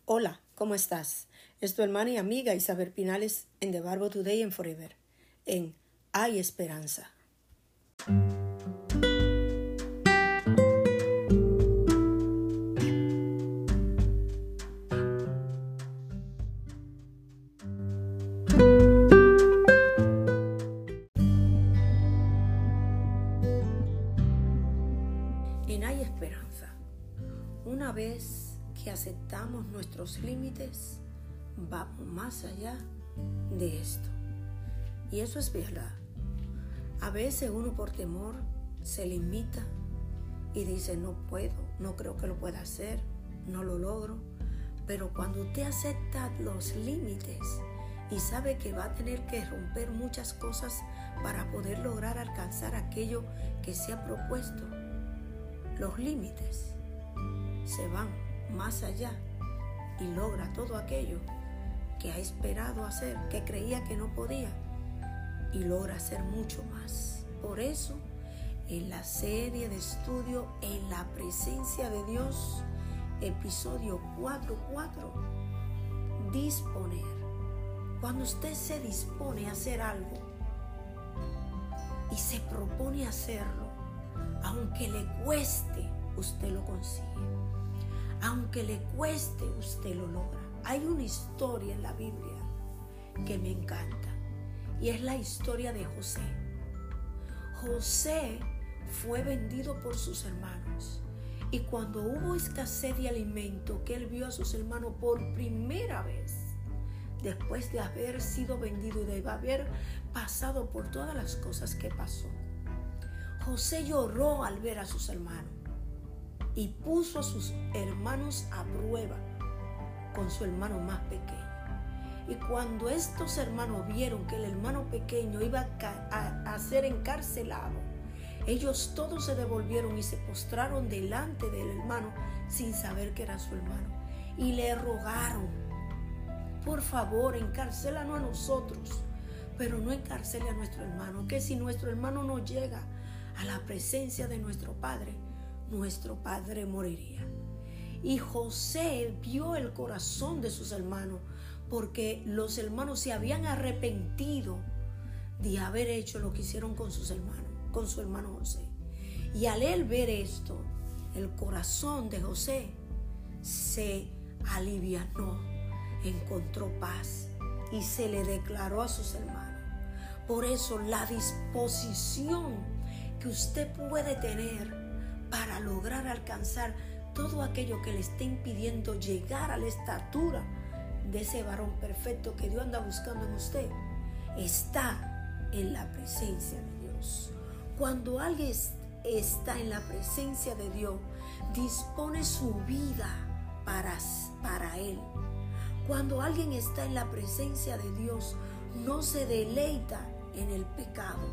Hola, ¿cómo estás? Es tu hermana y amiga Isabel Pinales en The Bible Today and Forever, en Hay Esperanza. En Hay Esperanza, una vez que aceptamos nuestros límites, vamos más allá de esto. Y eso es verdad. A veces uno por temor se limita y dice, no puedo, no creo que lo pueda hacer, no lo logro. Pero cuando usted acepta los límites y sabe que va a tener que romper muchas cosas para poder lograr alcanzar aquello que se ha propuesto, los límites se van más allá y logra todo aquello que ha esperado hacer, que creía que no podía, y logra hacer mucho más. Por eso, en la serie de estudio En la presencia de Dios, episodio 4.4, disponer. Cuando usted se dispone a hacer algo y se propone hacerlo, aunque le cueste, usted lo consigue. Aunque le cueste, usted lo logra. Hay una historia en la Biblia que me encanta y es la historia de José. José fue vendido por sus hermanos y cuando hubo escasez de alimento, que él vio a sus hermanos por primera vez, después de haber sido vendido y de haber pasado por todas las cosas que pasó, José lloró al ver a sus hermanos y puso a sus hermanos a prueba con su hermano más pequeño. Y cuando estos hermanos vieron que el hermano pequeño iba a ser encarcelado, ellos todos se devolvieron y se postraron delante del hermano sin saber que era su hermano. Y le rogaron, por favor, encarcélanos a nosotros, pero no encarcele a nuestro hermano, que si nuestro hermano no llega a la presencia de nuestro padre moriría. Y José vio el corazón de sus hermanos, porque los hermanos se habían arrepentido de haber hecho lo que hicieron con sus hermanos, con su hermano José. Y al él ver esto, el corazón de José se alivianó, encontró paz y se le declaró a sus hermanos. Por eso la disposición que usted puede tener para lograr alcanzar todo aquello que le esté impidiendo llegar a la estatura de ese varón perfecto que Dios anda buscando en usted, está en la presencia de Dios. Cuando alguien está en la presencia de Dios, dispone su vida para Él. Cuando alguien está en la presencia de Dios, no se deleita en el pecado,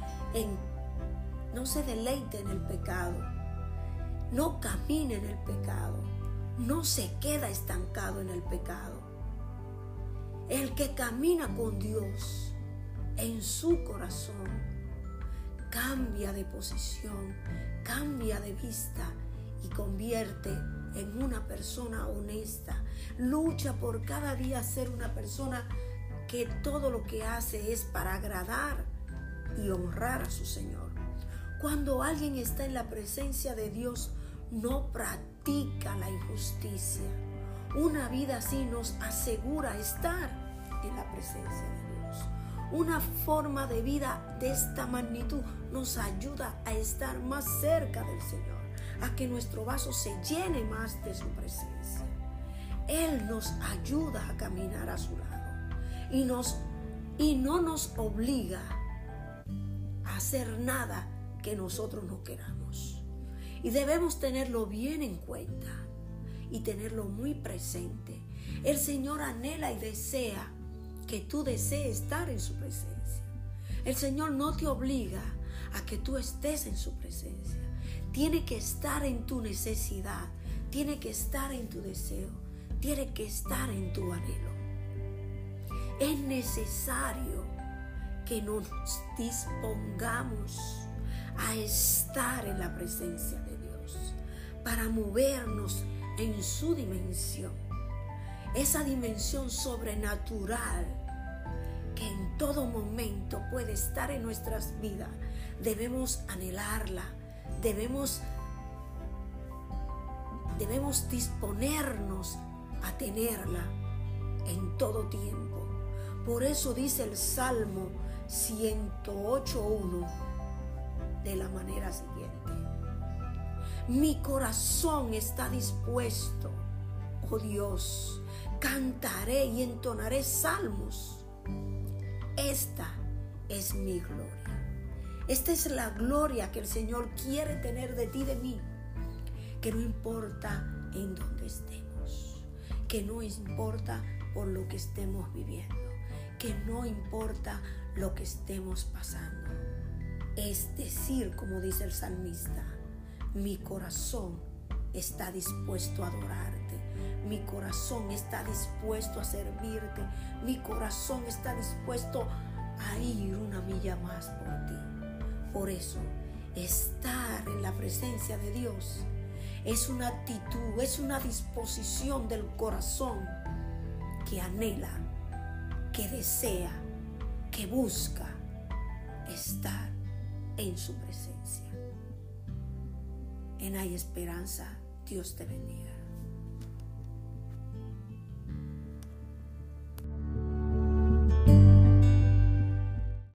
no se deleita en el pecado, no camina en el pecado, no se queda estancado en el pecado. El que camina con Dios en su corazón cambia de posición, cambia de vista y convierte en una persona honesta. Lucha por cada día ser una persona que todo lo que hace es para agradar y honrar a su Señor. Cuando alguien está en la presencia de Dios, no practica la injusticia. Una vida así nos asegura estar en la presencia de Dios. Una forma de vida de esta magnitud nos ayuda a estar más cerca del Señor, a que nuestro vaso se llene más de su presencia. Él nos ayuda a caminar a su lado y no nos obliga a hacer nada que nosotros no queramos. Y debemos tenerlo bien en cuenta y tenerlo muy presente. El Señor anhela y desea que tú desees estar en su presencia. El Señor no te obliga a que tú estés en su presencia. Tiene que estar en tu necesidad, tiene que estar en tu deseo, tiene que estar en tu anhelo. Es necesario que nos dispongamos a estar en la presencia de Dios para movernos en su dimensión. esa dimensión sobrenatural que en todo momento puede estar en nuestras vidas, debemos anhelarla, debemos disponernos a tenerla en todo tiempo. Por eso dice el Salmo 108:1 de la manera siguiente: mi corazón está dispuesto, oh Dios, cantaré y entonaré salmos. Esta es mi gloria. Esta es la gloria que el Señor quiere tener de ti, de mí. Que no importa en dónde estemos, que no importa por lo que estemos viviendo, que no importa lo que estemos pasando. Es decir, como dice el salmista, mi corazón está dispuesto a adorarte, mi corazón está dispuesto a servirte, mi corazón está dispuesto a ir una milla más por ti. Por eso, estar en la presencia de Dios es una actitud, es una disposición del corazón que anhela, que desea, que busca estar en su presencia. En Hay Esperanza, Dios te bendiga.